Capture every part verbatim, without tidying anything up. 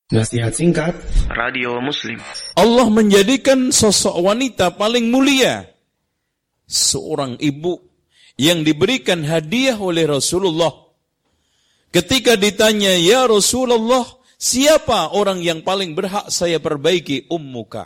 Nasihat singkat Radio Muslim. Allah menjadikan sosok wanita paling mulia, seorang ibu yang diberikan hadiah oleh Rasulullah. Ketika ditanya, "Ya Rasulullah, siapa orang yang paling berhak saya perbaiki?" Ummuka.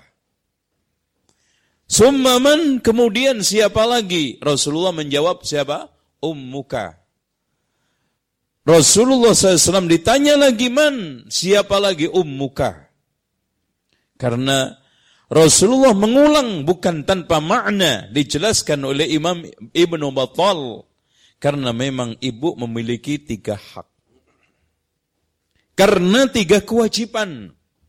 Summa man, kemudian siapa lagi? Rasulullah menjawab, siapa? Ummuka. Rasulullah shallallahu alaihi wasallam ditanya lagi, man, siapa lagi? Ummuka. Karena Rasulullah mengulang bukan tanpa makna, dijelaskan oleh Imam Ibnu Battal. Karena memang ibu memiliki tiga hak. Karena tiga kewajiban.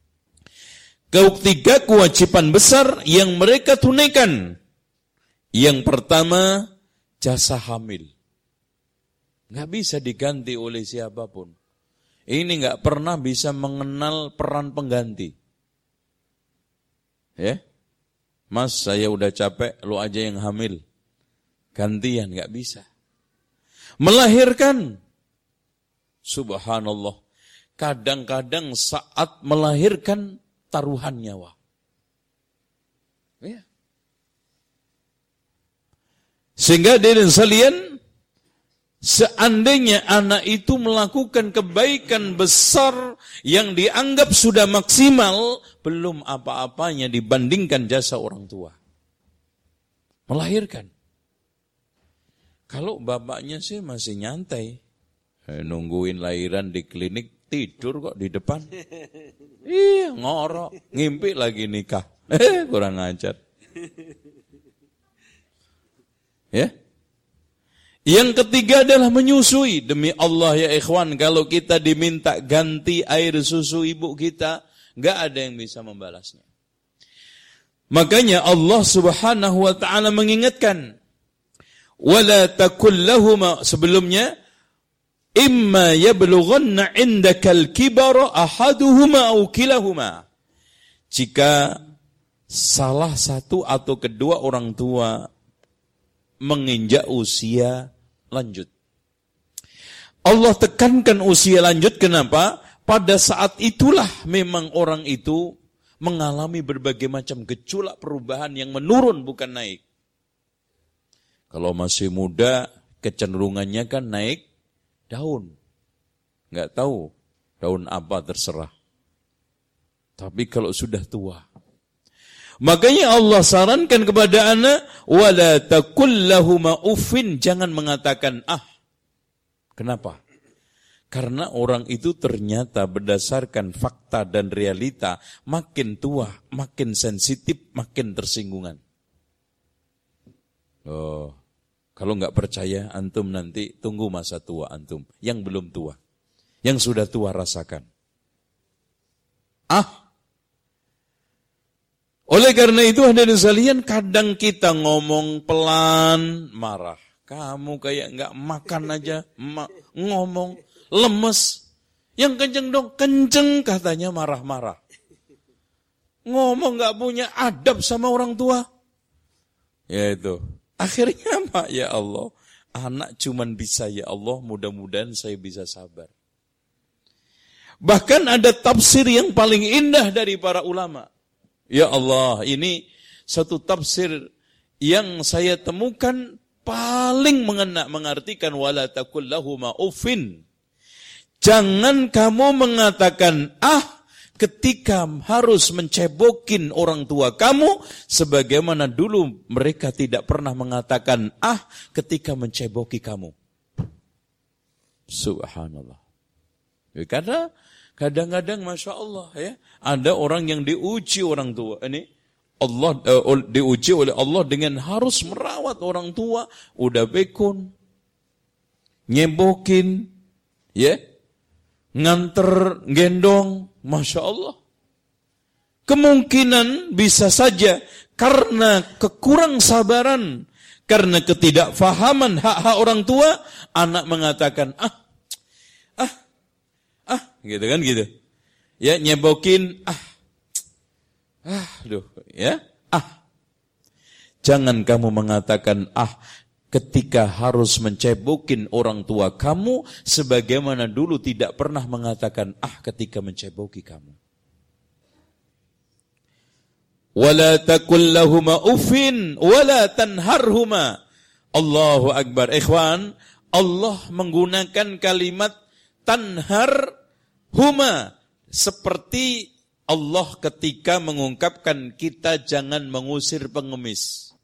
Tiga kewajiban besar yang mereka tunaikan. Yang pertama, jasa hamil. Nggak bisa diganti oleh siapapun. Ini nggak pernah bisa mengenal peran pengganti. Ya, Mas, saya udah capek, lu aja yang hamil. Gantian, nggak bisa. Melahirkan, subhanallah. Kadang-kadang saat melahirkan taruhan nyawa. Ya. Sehingga dari sekalian, seandainya anak itu melakukan kebaikan besar yang dianggap sudah maksimal, belum apa-apanya dibandingkan jasa orang tua. Melahirkan. Kalau bapaknya sih masih nyantai, eh, nungguin lahiran di klinik, tidur kok di depan. Iya, ngorok, ngimpi lagi nikah. Eh, kurang ajar. Ya. Yang ketiga adalah menyusui. Demi Allah ya ikhwan, kalau kita diminta ganti air susu ibu kita, enggak ada yang bisa membalasnya. Makanya Allah Subhanahu wa taala mengingatkan, wala takul lahuma, sebelumnya, imma yablughanna indakal kibara ahaduhuma aw kilahuma. Jika salah satu atau kedua orang tua menginjak usia lanjut. Allah tekankan usia lanjut, kenapa? Pada saat itulah memang orang itu mengalami berbagai macam gejolak perubahan yang menurun bukan naik. Kalau masih muda, kecenderungannya kan naik daun. Nggak tahu daun apa, terserah. Tapi kalau sudah tua, makanya Allah sarankan kepada anak, wala taqul lahuma uffin, jangan mengatakan ah. Kenapa? Karena orang itu ternyata berdasarkan fakta dan realita, makin tua, makin sensitif, makin tersinggungan. Oh, kalau nggak percaya, antum nanti tunggu masa tua antum, yang belum tua. Yang sudah tua rasakan. Ah, oleh karena itu hadirin sekalian, kadang kita ngomong pelan, marah. Kamu kayak nggak makan aja, ma- ngomong lemes. Yang kenceng dong, kenceng katanya marah-marah. Ngomong nggak punya adab sama orang tua. Ya itu. Akhirnya apa? Ya Allah, anak cuman bisa ya Allah, mudah-mudahan saya bisa sabar. Bahkan ada tafsir yang paling indah dari para ulama. Ya Allah, ini satu tafsir yang saya temukan paling mengena, mengartikan wala taqul lahuma uffin. Jangan kamu mengatakan ah ketika harus mencebokin orang tua kamu, sebagaimana dulu mereka tidak pernah mengatakan ah ketika menceboki kamu. Subhanallah. Ya, karena kadang-kadang Masya Allah ya, ada orang yang diuji orang tua. Ini Allah uh, diuji oleh Allah dengan harus merawat orang tua, udah bekun, nyebokin, ya, nganter, gendong, Masya Allah. Kemungkinan bisa saja karena kekurang sabaran, karena ketidakfahaman hak-hak orang tua, anak mengatakan ah, ah, ah, gitu kan gitu. Ya, nyebokin, ah, ah, duh, ya, ah. Jangan kamu mengatakan ah ketika harus mencebokin orang tua kamu, sebagaimana dulu tidak pernah mengatakan ah ketika menceboki kamu. Wala taqul lahuma uffin wala tanharhuma. Allahu akbar. Ikhwan, Allah menggunakan kalimat tanhar huma seperti Allah ketika mengungkapkan kita jangan mengusir pengemis.